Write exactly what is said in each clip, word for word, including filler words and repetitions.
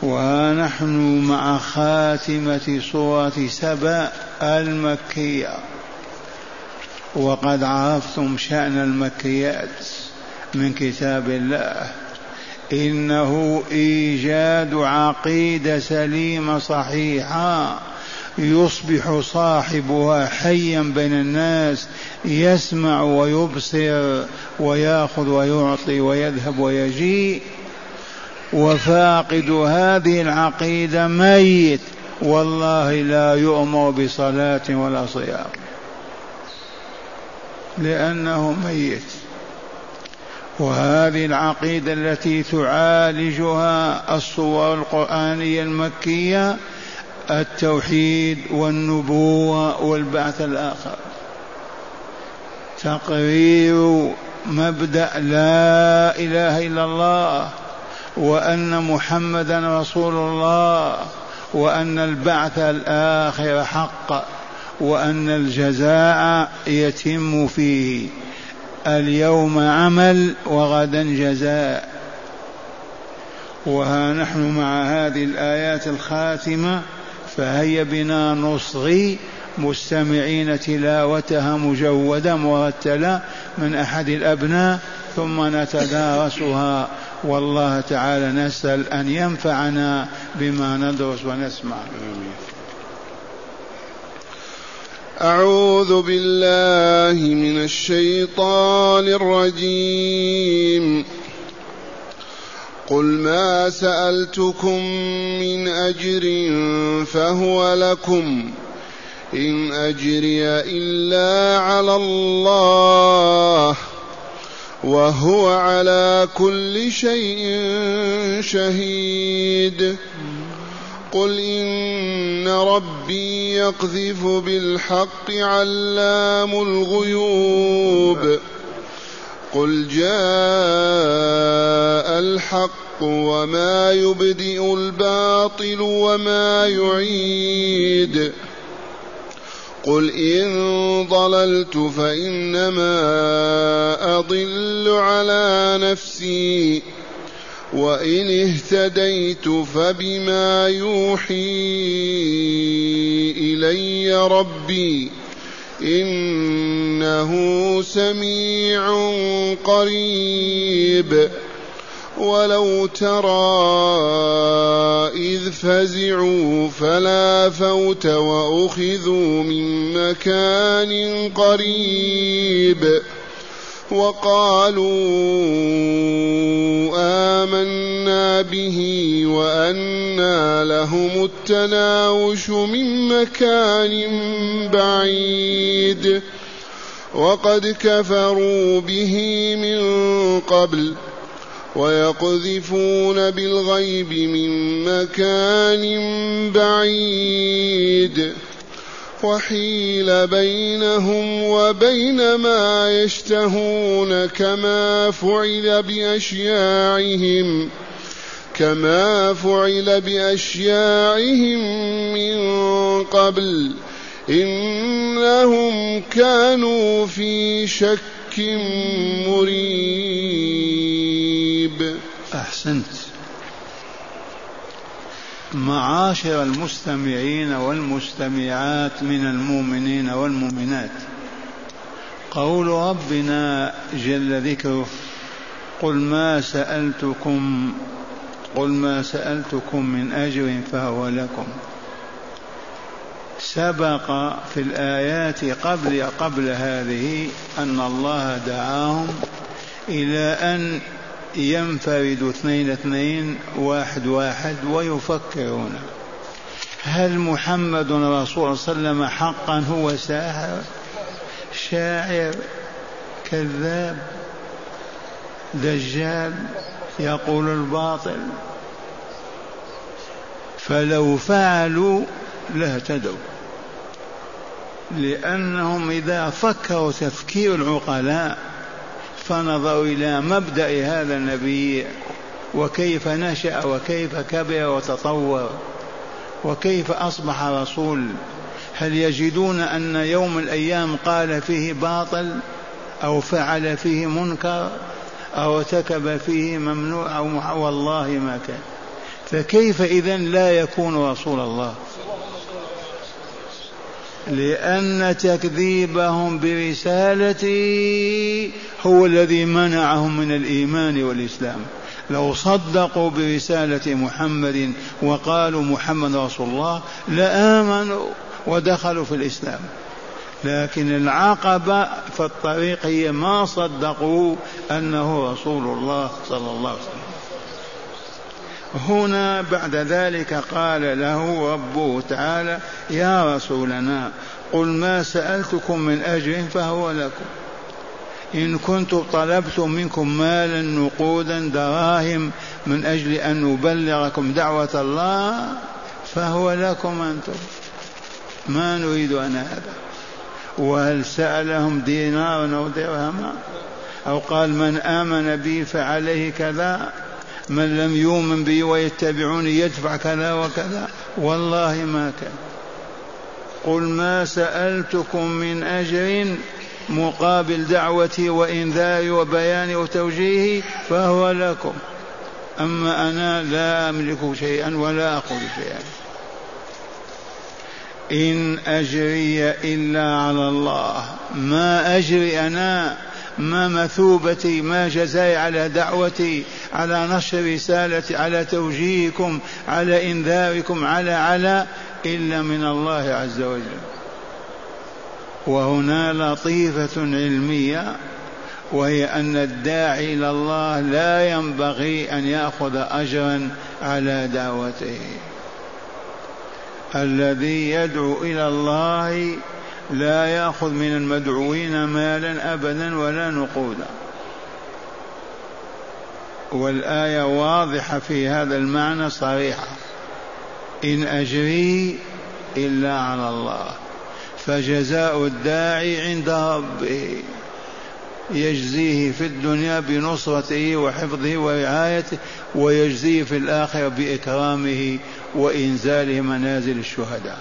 ونحن مع خاتمة سورة سبأ المكية، وقد عرفتم شأن المكيات من كتاب الله. إنه إيجاد عقيدة سليمة صحيحة يصبح صاحبها حيا بين الناس، يسمع ويبصر ويأخذ ويعطي ويذهب ويجيء، وفاقد هذه العقيدة ميت والله لا يؤمر بصلاة ولا صيام لأنه ميت. وهذه العقيدة التي تعالجها الصور القرآنية المكية التوحيد والنبوة والبعث الآخر، تقرير مبدأ لا إله إلا الله، وأن محمدا رسول الله، وأن البعث الآخر حق، وأن الجزاء يتم فيه، اليوم عمل وغدا جزاء. وها نحن مع هذه الآيات الخاتمة، فهيا بنا نصغي مستمعين تلاوتها مجودة مرتلة من أحد الأبناء ثم نتدارسها، والله تعالى نسأل أن ينفعنا بما ندرس ونسمع. أعوذ بالله من الشيطان الرجيم. قل ما سألتكم من أجر فهو لكم إن أجري إلا على الله وهو على كل شيء شهيد. قل إن ربي يقذف بالحق علام الغيوب. قل جاء الحق وما يبدئ الباطل وما يعيد. قل إن ضللت فإنما أضل على نفسي وإن اهتديت فبما يوحي إلي ربي إنه سميع قريب. ولو ترى إذ فزعوا فلا فوت وأخذوا من مكان قريب وقالوا آمنا به وأنى لهم التناوش من مكان بعيد وقد كفروا به من قبل ويقذفون بالغيب من مكان بعيد وحيل بينهم وبين ما يشتهون كما فعل بأشياعهم كما فعل بأشياعهم من قبل إنهم كانوا في شك مريب. أحسنت. معاشر المستمعين والمستمعات من المؤمنين والمؤمنات، قول ربنا جل ذكره قل ما سألتكم قل ما سألتكم من أجر فهو لكم، سبق في الآيات قبل قبل هذه أن الله دعاهم إلى أن ينفرد اثنين اثنين واحد واحد ويفكرون هل محمد رسول الله صلى الله عليه وسلم حقا هو ساحر شاعر كذاب دجال يقول الباطل؟ فلو فعلوا لاهتدوا، لأنهم إذا فكروا تفكير العقلاء فنظروا إلى مبدأ هذا النبي وكيف نشأ وكيف كبر وتطور وكيف أصبح رسول، هل يجدون أن يوم الأيام قال فيه باطل أو فعل فيه منكر أو ارتكب فيه ممنوع أو والله ما كان. فكيف إذن لا يكون رسول الله؟ لأن تكذيبهم برسالتي هو الذي منعهم من الإيمان والإسلام. لو صدقوا برسالة محمد وقالوا محمد رسول الله لآمنوا ودخلوا في الإسلام، لكن العقبة في الطريق هي ما صدقوا أنه رسول الله صلى الله عليه وسلم. هنا بعد ذلك قال له ربه تعالى: يا رسولنا قل ما سألتكم من أجر فهو لكم، إن كنت طلبت منكم مالا نقودا دراهم من أجل أن نبلغكم دعوة الله فهو لكم أنتم، ما نريد أن هذا. وهل سألهم دينارا أو درهما أو قال من آمن بي فعليه كذا، من لم يؤمن بي ويتبعني يدفع كذا وكذا؟ والله ما كان. قل ما سألتكم من أجر مقابل دعوتي وإنذاري وبياني وتوجيهي فهو لكم، أما أنا لا أملك شيئا ولا أقول شيئا. إن أجري إلا على الله، ما أجري أنا، ما مثوبتي، ما جزائي على دعوتي، على نشر رسالتي، على توجيهكم، على إنذاركم، على على إلا من الله عز وجل. وهنا لطيفة علمية، وهي أن الداعي إلى الله لا ينبغي أن يأخذ أجرا على دعوته. الذي يدعو إلى الله لا يأخذ من المدعوين مالا أبدا ولا نقودا. والآية واضحة في هذا المعنى صريحة: إن أجري إلا على الله، فجزاء الداعي عند ربه، يجزيه في الدنيا بنصرته وحفظه ورعايته، ويجزيه في الآخرة بإكرامه وإنزاله منازل الشهداء.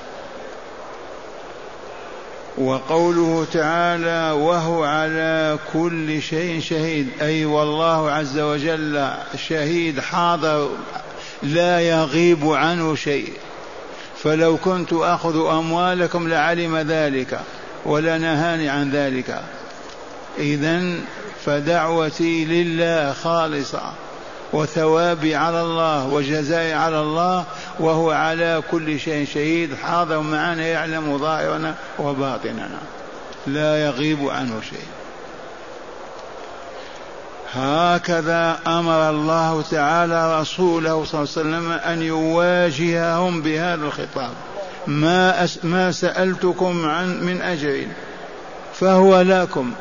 وقوله تعالى: وهو على كل شيء شهيد، أي والله عز وجل شهيد حاضر لا يغيب عنه شيء، فلو كنت أخذ أموالكم لعلم ذلك ولا نهاني عن ذلك. إذن فدعوتي لله خالصة، وثوابي على الله، وجزائي على الله، وهو على كل شيء شهيد حاضر معنا يعلم ظاهرنا وباطننا لا يغيب عنه شيء. هكذا أمر الله تعالى رسوله صلى الله عليه وسلم أن يواجههم بهذا الخطاب: ما, أس ما سألتكم عن من أجر فهو لكم.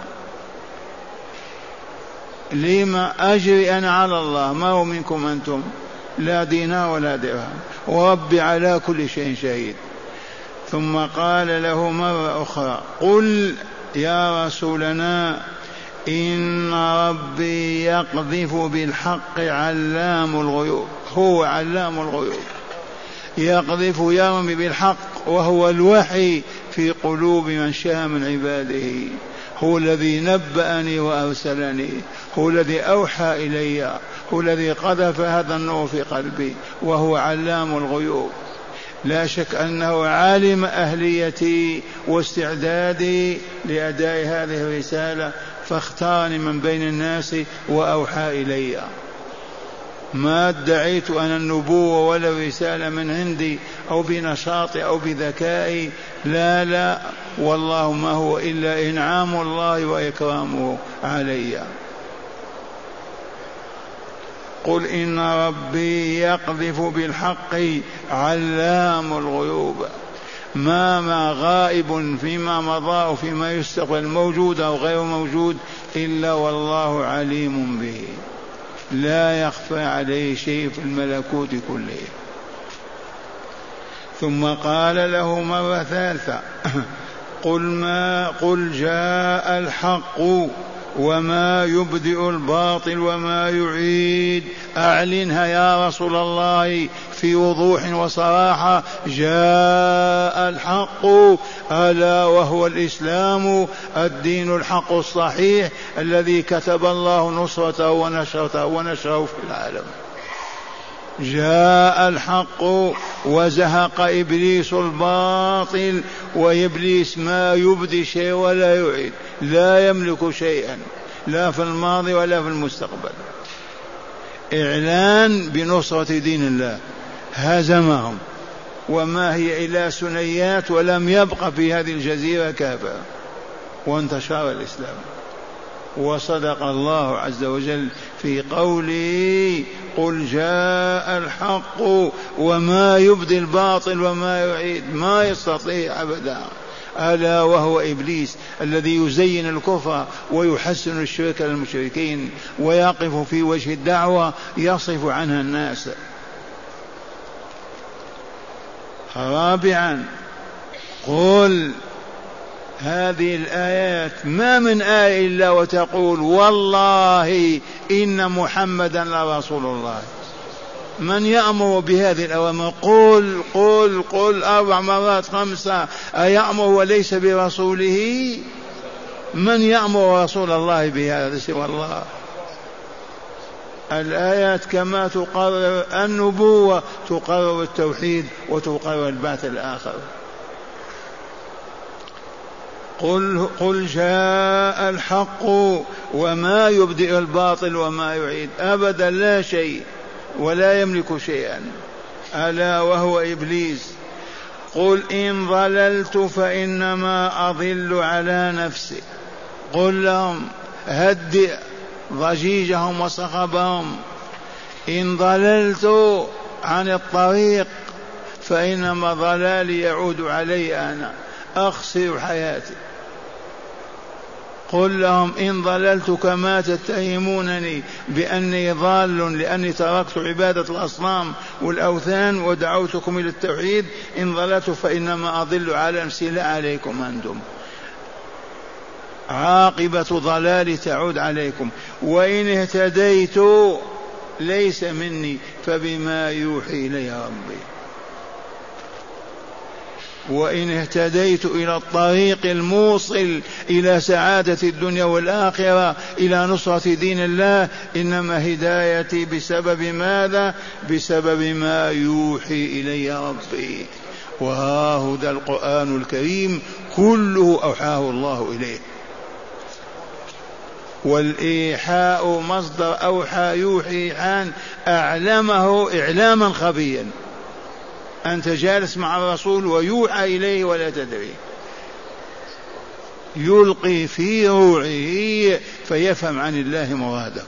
لما أجري أنا على الله، ما هو منكم أنتم، لا دينار ولا درهم، وربي على كل شيء شهيد. ثم قال له مرة أخرى: قل يا رسولنا إن ربي يقذف بالحق علام الغيوب. هو علام الغيوب، يقذف يرمي بالحق، وهو الوحي في قلوب من شاء من عباده. هو الذي نبأني وأرسلني، هو الذي أوحى إلي، هو الذي قذف هذا النور في قلبي، وهو علام الغيوب. لا شك أنه عالم أهليتي واستعدادي لأداء هذه الرسالة، فاختارني من بين الناس وأوحى إلي. ما ادعيت أنا النبوة ولا الرسالة من عندي أو بنشاطي أو بذكائي، لا لا، والله ما هو إلا إنعام الله وإكرامه علي. قل إن ربي يقذف بالحق علام الغيوب. ما ما غائب فيما مضى وفيما يستقبل، موجود أو غير موجود، إلا والله عليم به، لا يخفى عليه شيء في الملكوت كله. ثم قال له مرة ثالثة: قل ما قل جاء الحق وما يبدئ الباطل وما يعيد. أعلنها يا رسول الله في وضوح وصراحة: جاء الحق، ألا وهو الإسلام، الدين الحق الصحيح الذي كتب الله نصرته ونشرته ونشره في العالم. جاء الحق وزهق إبليس الباطل، وإبليس ما يبدي شيء ولا يعيد، لا يملك شيئا لا في الماضي ولا في المستقبل. إعلان بنصرة دين الله، هزمهم وما هي إلا سنيات، ولم يبق في هذه الجزيرة كافر، وانتشر الإسلام. وصدق الله عز وجل في قوله قل جاء الحق وما يبدي الباطل وما يعيد، ما يستطيع أبدا. ألا وهو إبليس الذي يزين الكفر ويحسن الشرك للمشركين ويقف في وجه الدعوة يصف عنها الناس. رابعا قل هذه الآيات ما من آية إلا وتقول والله إن محمدا لرسول الله. من يأمر بهذه الأوامر؟ قل قل قل أربع مرات خمسة، أيأمر وليس برسوله؟ من يأمر رسول الله بهذا سوى الله؟ الآيات كما تقرر النبوة تقرر التوحيد وتقرر البعث الآخر. قل, قل جاء الحق وما يبدئ الباطل وما يعيد، أبدا لا شيء ولا يملك شيئا، ألا وهو إبليس. قل إن ضللت فإنما أضل على نفسي. قل لهم هدئ ضجيجهم وصخبهم، إن ضللت عن الطريق فإنما ضلالي يعود علي أنا، أخسر حياتي. قل لهم إن ضللت كما تتهمونني بأني ضال لأني تركت عبادة الأصنام والأوثان ودعوتكم إلى التوحيد، إن ضللت فإنما أضل على نفسي لا عليكم أنتم، عاقبة ضلالي تعود عليكم. وإن اهتديت ليس مني فبما يوحي إلي ربي. وإن اهتديت إلى الطريق الموصل إلى سعادة الدنيا والآخرة إلى نصرة دين الله، إنما هدايتي بسبب ماذا؟ بسبب ما يوحي إلي ربي. وها هذا القرآن الكريم كله أوحاه الله إليه. والإيحاء مصدر أوحى يوحي حان، أعلمه إعلاما خفيا. أنت جالس مع الرسول ويوحى إليه ولا تدري، يلقي في روعه فيفهم عن الله مراده.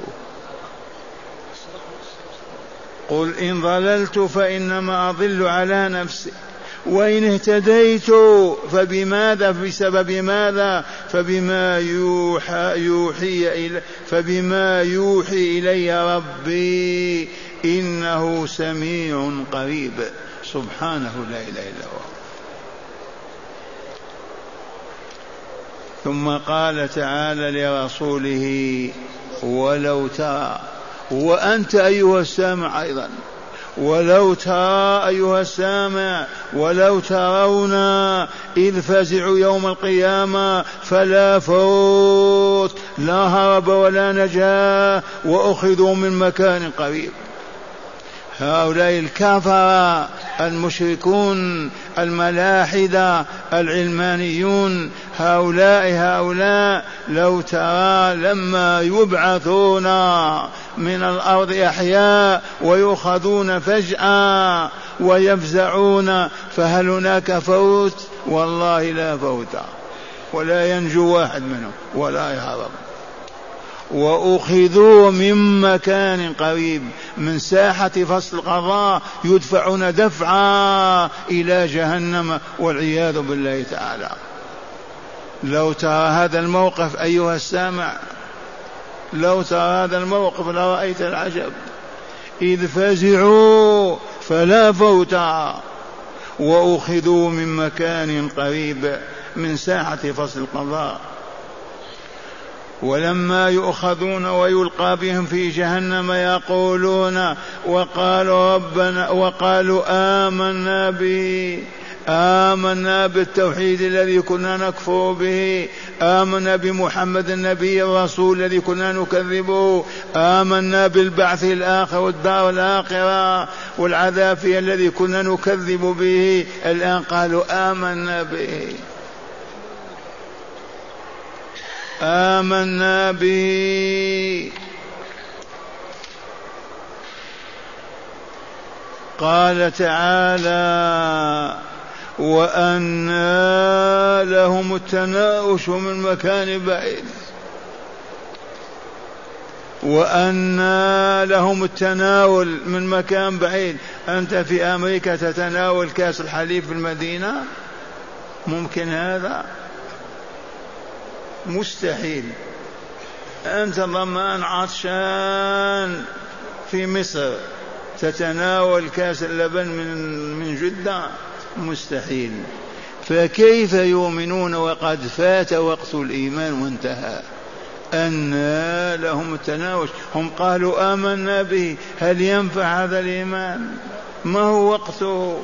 قل إن ضللت فإنما أضل على نفسي وإن اهتديت فبماذا؟ بسبب ماذا؟ فبما يوحى يوحي إلي فبما يوحي إلي ربي إنه سميع قريب. سبحانه لا إله إلا هو. ثم قال تعالى لرسوله ولو ترى، وأنت أيها السامع أيضا، ولو ترى أيها السامع، ولو ترون إذ فزعوا يوم القيامة فلا فوت، لا هرب ولا نجاة، وأخذوا من مكان قريب. هؤلاء الكفرة المشركون الملاحدة العلمانيون، هؤلاء هؤلاء لو ترى لما يبعثون من الأرض أحياء ويؤخذون فجأة ويفزعون، فهل هناك فوت؟ والله لا فوت، ولا ينجو واحد منهم ولا يهرب. وأخذوا من مكان قريب، من ساحة فصل القضاء يدفعون دفعا إلى جهنم والعياذ بالله تعالى. لو ترى هذا الموقف أيها السامع، لو ترى هذا الموقف لرأيت العجب. إذ فزعوا فلا فوت، وأخذوا من مكان قريب من ساحة فصل القضاء. ولما يؤخذون ويلقى بهم في جهنم يقولون وقالوا ربنا وقالوا آمنا به آمنا بالتوحيد الذي كنا نكفر به، آمنا بمحمد النبي الرسول الذي كنا نكذبه، آمنا بالبعث الآخر والدار الآخرة والعذاب فيها الذي كنا نكذب به، الآن قالوا آمنا به آمنا به. قال تعالى وأنى لهم التناوش من مكان بعيد، وأنى لهم التناول من مكان بعيد. أنت في أمريكا تتناول كاس الحليب في المدينة؟ ممكن هذا؟ مستحيل. أنت ضمان عطشان في مصر تتناول كاس اللبن من من جدة؟ مستحيل. فكيف يؤمنون وقد فات وقت الإيمان وانتهى؟ أن لهم التناوش. هم قالوا آمنا به، هل ينفع هذا الإيمان؟ ما هو وقته؟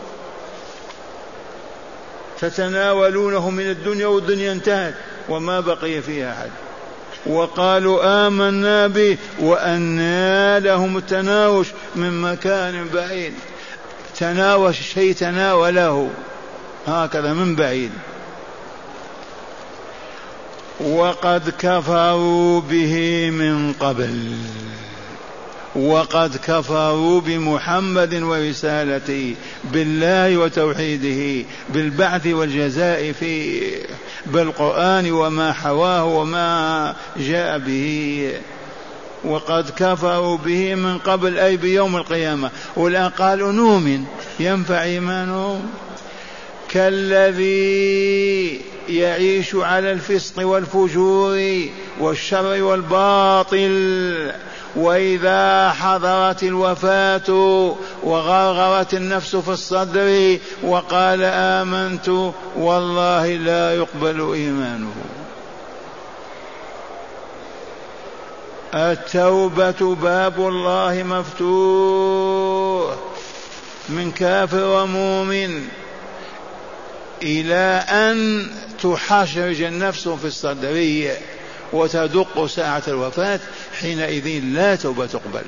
تتناولونه من الدنيا والدنيا انتهت وما بقي فيها أحد. وقالوا آمنا به وأنى لهم التناوش من مكان بعيد. تناوش الشيء تناوله هكذا من بعيد. وقد كفروا به من قبل، وقد كفروا بمحمد ورسالته، بالله وتوحيده، بالبعث والجزاء فيه، بالقرآن وما حواه وما جاء به. وقد كفروا به من قبل أي بيوم القيامة، والآن قالوا نؤمن، ينفع إيمانهم؟ كالذي يعيش على الفسق والفجور والشر والباطل، وإذا حضرت الوفاة وغرغرت النفس في الصدر وقال آمنت والله لا يقبل إيمانه. التوبة باب الله مفتوح من كافر ومؤمن إلى أن تحشرج النفس في الصدرية وتدق ساعة الوفاة، حينئذ لا توبة تقبل.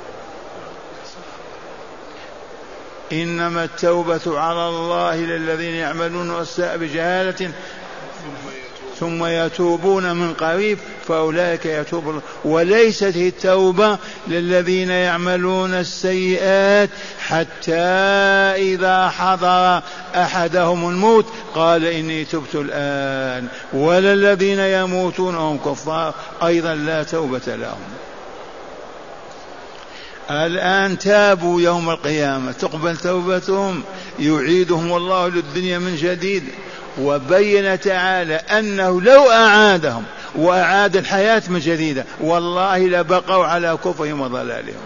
إنما التوبة على الله للذين يعملون السوء بجهالة ثم يتوبون من قريب فأولئك يتوب الله. وليست التوبة للذين يعملون السيئات حتى إذا حضر أحدهم الموت قال إني تبت الآن، ولا الذين يموتون وهم كفار أيضا لا توبة لهم. الآن تابوا يوم القيامة تقبل توبتهم، يعيدهم الله للدنيا من جديد. وبين تعالى أنه لو أعادهم وأعاد الحياة من جديدة والله لبقوا على كفرهم وضلالهم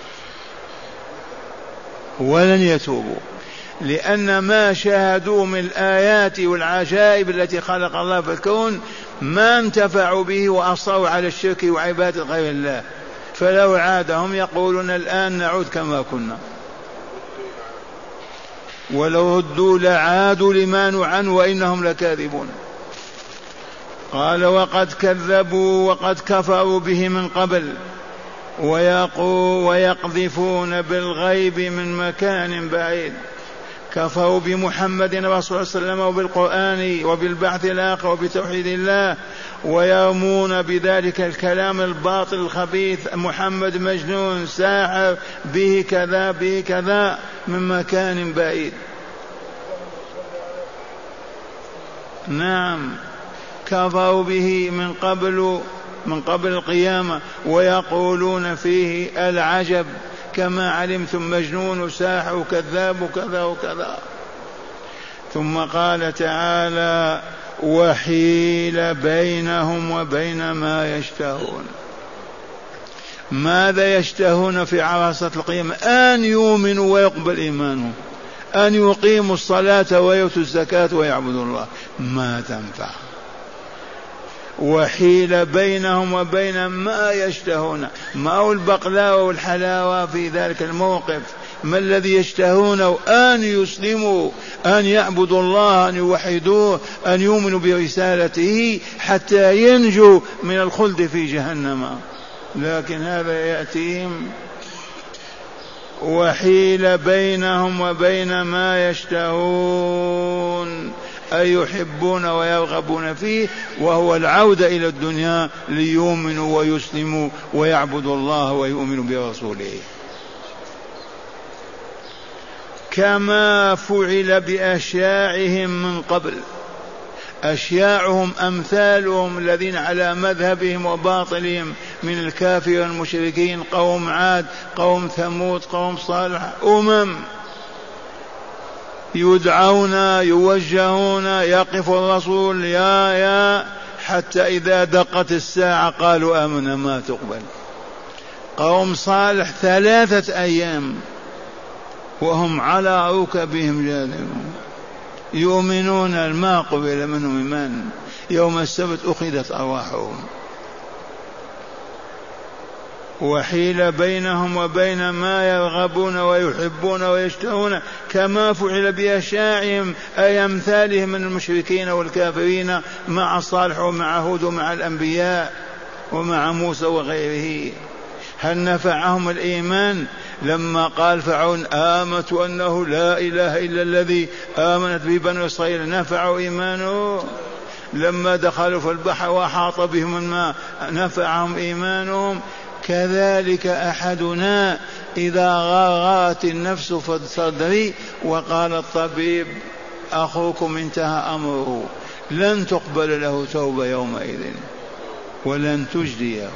ولن يتوبوا، لأن ما شاهدوا من الآيات والعجائب التي خلق الله في الكون ما انتفعوا به وأصروا على الشرك وعبادة غير الله. فلو عادهم يقولون الآن نعود كما كنا، ولو ردوا لعادوا لما نهوا عنه وإنهم لكاذبون. قال وقد كذبوا وقد كفروا به من قبل ويقذفون بالغيب من مكان بعيد. كفروا بمحمد رسول الله صلى الله عليه وسلم وبالقرآن وبالبعث الآخر وبتوحيد الله، ويرمون بذلك الكلام الباطل الخبيث، محمد مجنون ساحر به كذا به كذا من مكان بعيد. نعم كفروا به من قبل من قبل القيامة، ويقولون فيه العجب كما علمتم مجنون وساحر وكذاب وكذا وكذا. ثم قال تعالى وحيل بينهم وبين ما يشتهون. ماذا يشتهون في عرصة القيامة؟ أن يؤمنوا ويقبل إيمانهم، أن يقيموا الصلاة ويؤتوا الزكاة ويعبدوا الله، ما تنفع. وحيل بينهم وبين ما يشتهون، ما هو البقلاوة والحلاوة في ذلك الموقف، ما الذي يشتهونه؟ أن يسلموا، أن يعبدوا الله، أن يوحدوه، أن يؤمنوا برسالته حتى ينجوا من الخلد في جهنم. لكن هذا يأتيهم وحيل بينهم وبين ما يشتهون، أي يحبون ويرغبون فيه، وهو العودة إلى الدنيا ليؤمنوا ويسلموا ويعبدوا الله ويؤمنوا برسوله، كما فعل بأشياعهم من قبل. أشياعهم أمثالهم الذين على مذهبهم وباطلهم من الكافر والمشركين، قوم عاد، قوم ثمود، قوم صالح، أمم يدعون يوجهون، يقف الرسول يا يا حتى إذا دقت الساعة قالوا آمنا ما تقبل. قوم صالح ثلاثة أيام وهم على ركبهم جاثمون يؤمنون ما قبل منهم إيمان، يوم السبت أخذت أرواحهم. وحيل بينهم وبين ما يرغبون ويحبون ويشتهون، كما فعل بأشياعهم أي أمثالهم من المشركين والكافرين مع صالح ومع هود ومع الأنبياء ومع موسى وغيره. هل نفعهم الإيمان لما قال فرعون آمنت أنه لا إله إلا الذي آمنت به بنو إسرائيل؟ نفعوا إيمانه. لما دخلوا في البحر وحاط بهم الماء نفعهم إيمانهم. كذلك أحدنا إذا غرغرت النفس في صدري وقال الطبيب أخوكم انتهى أمره، لن تقبل له توبة يومئذ ولن تجديه.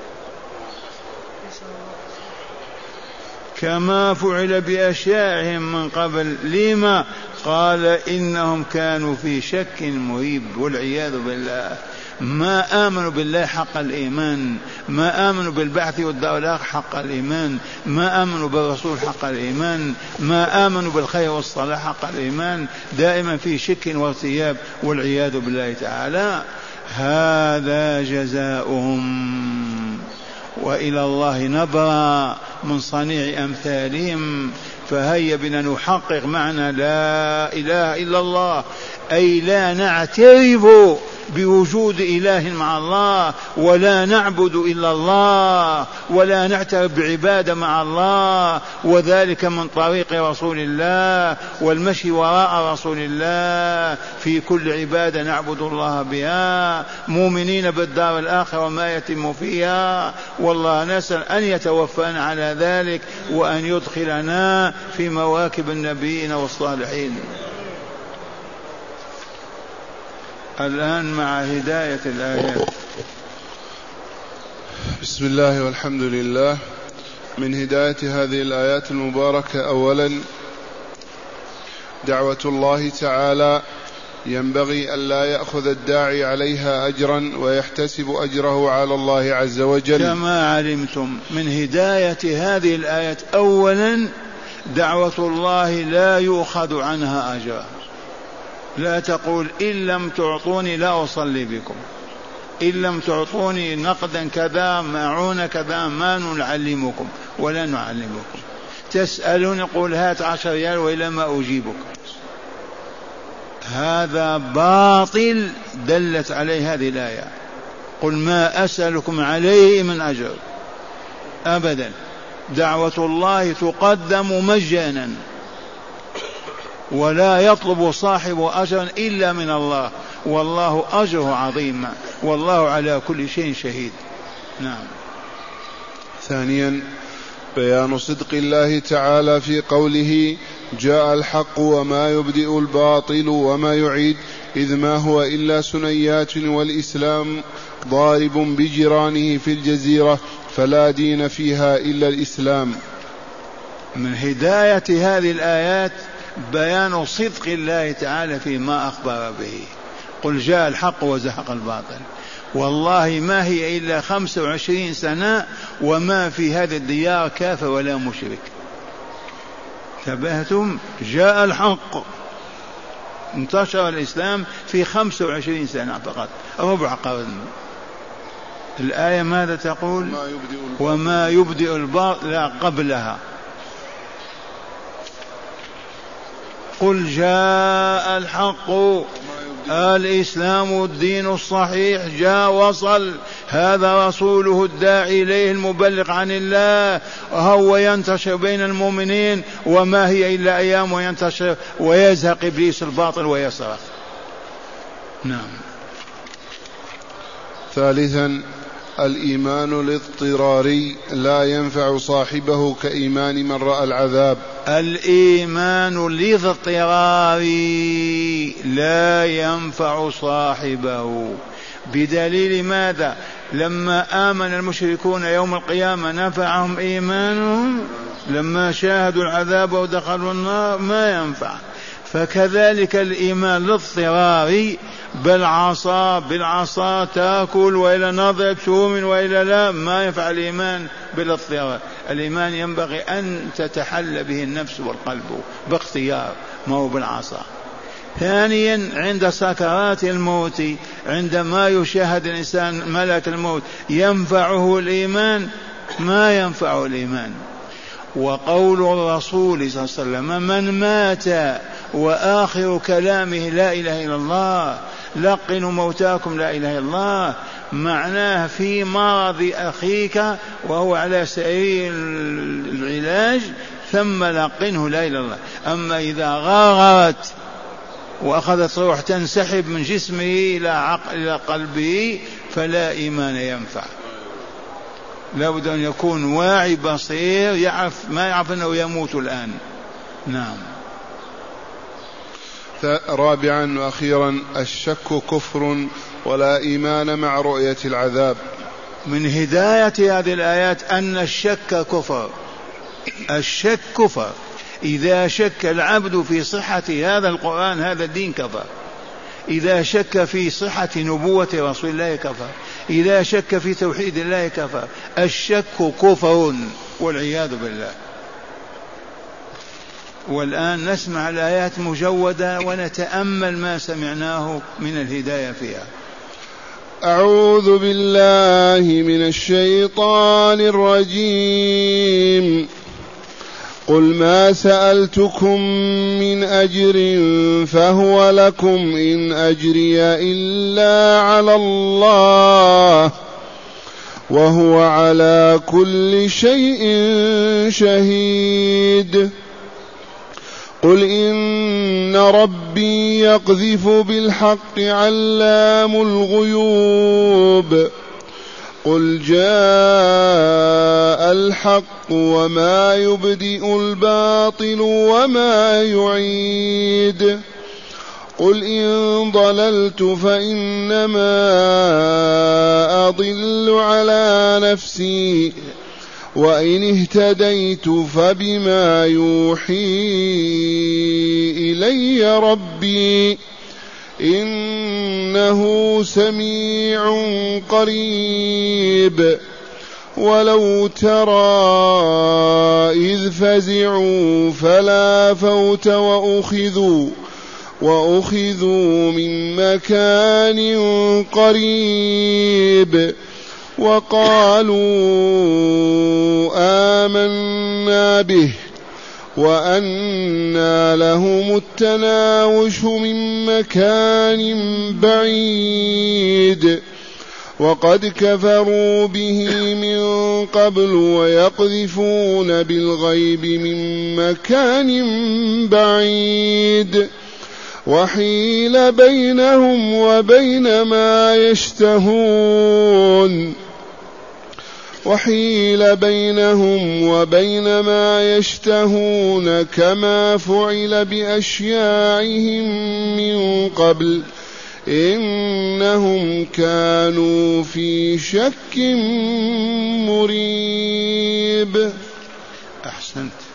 كما فعل بأشياعهم من قبل. لما؟ قال إنهم كانوا في شك مريب والعياذ بالله، ما آمنوا بالله حق الإيمان، ما آمنوا بالبعث والدار الآخرة حق الإيمان، ما آمنوا بالرسول حق الإيمان، ما آمنوا بالخير والصلاح حق الإيمان، دائما في شك وارتياب والعياذ بالله تعالى. هذا جزاؤهم، وإلى الله نبرى من صنيع أمثالهم. فهيا بنا نحقق معنى لا إله إلا الله، أي لا نعترف بوجود إله مع الله، ولا نعبد إلا الله، ولا نعترف بعبادة مع الله، وذلك من طريق رسول الله والمشي وراء رسول الله في كل عبادة نعبد الله بها، مؤمنين بالدار الآخرة وما يتم فيها. والله نسأل أن يتوفانا على ذلك وأن يدخلنا في مواكب النبيين والصالحين. الآن مع هداية الآيات. بسم الله والحمد لله. من هداية هذه الآيات المباركة أولا دعوة الله تعالى ينبغي أن لا يأخذ الداعي عليها أجرا ويحتسب أجره على الله عز وجل. كما علمتم من هداية هذه الآيات أولا دعوة الله لا يؤخذ عنها أجر. لا تقول إن لم تعطوني لا أصلي بكم، إن لم تعطوني نقدا كذا معون كذا ما نعلمكم ولا نعلمكم. تسألون قل هات عشر ريال وإلا ما أجيبك. هذا باطل دلت عليه هذه الآية. قل ما أسألكم عليه من أجر أبدا. دعوة الله تقدم مجانا ولا يطلب صاحب أجرا إلا من الله، والله أجره عظيم، والله على كل شيء شهيد. نعم. ثانيا بيان صدق الله تعالى في قوله جاء الحق وما يبدئ الباطل وما يعيد، إذ ما هو إلا سنيات والإسلام ضارب بجيرانه في الجزيرة فلا دين فيها إلا الإسلام. من هداية هذه الآيات بيان صدق الله تعالى فيما أخبر به. قل جاء الحق وزهق الباطل. والله ما هي إلا خمس وعشرين سنة وما في هذه الديار كافر ولا مشرك. تبهتم؟ جاء الحق، انتشر الإسلام في خمس وعشرين سنة فقط، ربع قرن. الآية ماذا تقول؟ وما يبدئ الباطل لا قبلها. قل جاء الحق الإسلام الدين الصحيح جاء وصل، هذا رسوله الداعي إليه المبلغ عن الله، وهو ينتشر بين المؤمنين، وما هي إلا أيام وينتشر ويزهق إبليس الباطل ويصرخ. نعم. ثالثا الإيمان الاضطراري لا ينفع صاحبه كإيمان من رأى العذاب. الإيمان الاضطراري لا ينفع صاحبه، بدليل ماذا؟ لما آمن المشركون يوم القيامة نفعهم إيمانهم لما شاهدوا العذاب ودخلوا النار؟ ما ينفع. فكذلك الإيمان الاضطراري، بالعصا بالعصا تأكل وإلى نضرب تؤمن وإلى لا، ما ينفع الإيمان بالاضطرار. الإيمان ينبغي أن تتحلى به النفس والقلب باختيار، ما هو بالعصا. ثانيا عند سكرات الموت، عندما يشاهد الإنسان ملك الموت، ينفعه الإيمان؟ ما ينفع الإيمان. وقول الرسول صلى الله عليه وسلم من مات وآخر كلامه لا إله إلا الله لقنوا موتاكم لا إله إلا الله، معناه في مرض أخيك وهو على سبيل العلاج ثم لقنه لا إله إلا الله. أما إذا غرغرت وأخذت روح تنسحب من جسمه إلى عقل إلى قلبه فلا إيمان ينفع. لابد أن يكون واعي بصير، يعرف ما يعرف أنه يموت الآن. نعم. رابعا وأخيرا الشك كفر ولا إيمان مع رؤية العذاب. من هداية هذه الآيات أن الشك كفر. الشك كفر، إذا شك العبد في صحة هذا القرآن هذا الدين كفر، إذا شك في صحة نبوة رسول الله كفر، إذا شك في توحيد الله كفر. الشك كفر والعياذ بالله. والآن نسمع الآيات مجودة ونتأمل ما سمعناه من الهداية فيها. أعوذ بالله من الشيطان الرجيم. قل ما سألتكم من أجر فهو لكم إن أجري إلا على الله وهو على كل شيء شهيد. قل إن ربي يقذف بالحق علام الغيوب. قل جاء الحق وما يبدئ الباطل وما يعيد. قل إن ضللت فإنما أضل على نفسي وإن اهتديت فبما يوحي إلي ربي إنه سميع قريب. ولو ترى إذ فزعوا فلا فوت وأخذوا وأخذوا من مكان قريب وقالوا آمنا به وأنى لهم التناوش من مكان بعيد وقد كفروا به من قبل ويقذفون بالغيب من مكان بعيد وحيل بينهم وبين ما يشتهون وحيل بينهم وبين ما يشتهون كما فعل بأشياعهم من قبل إنهم كانوا في شك مريب. أحسنت.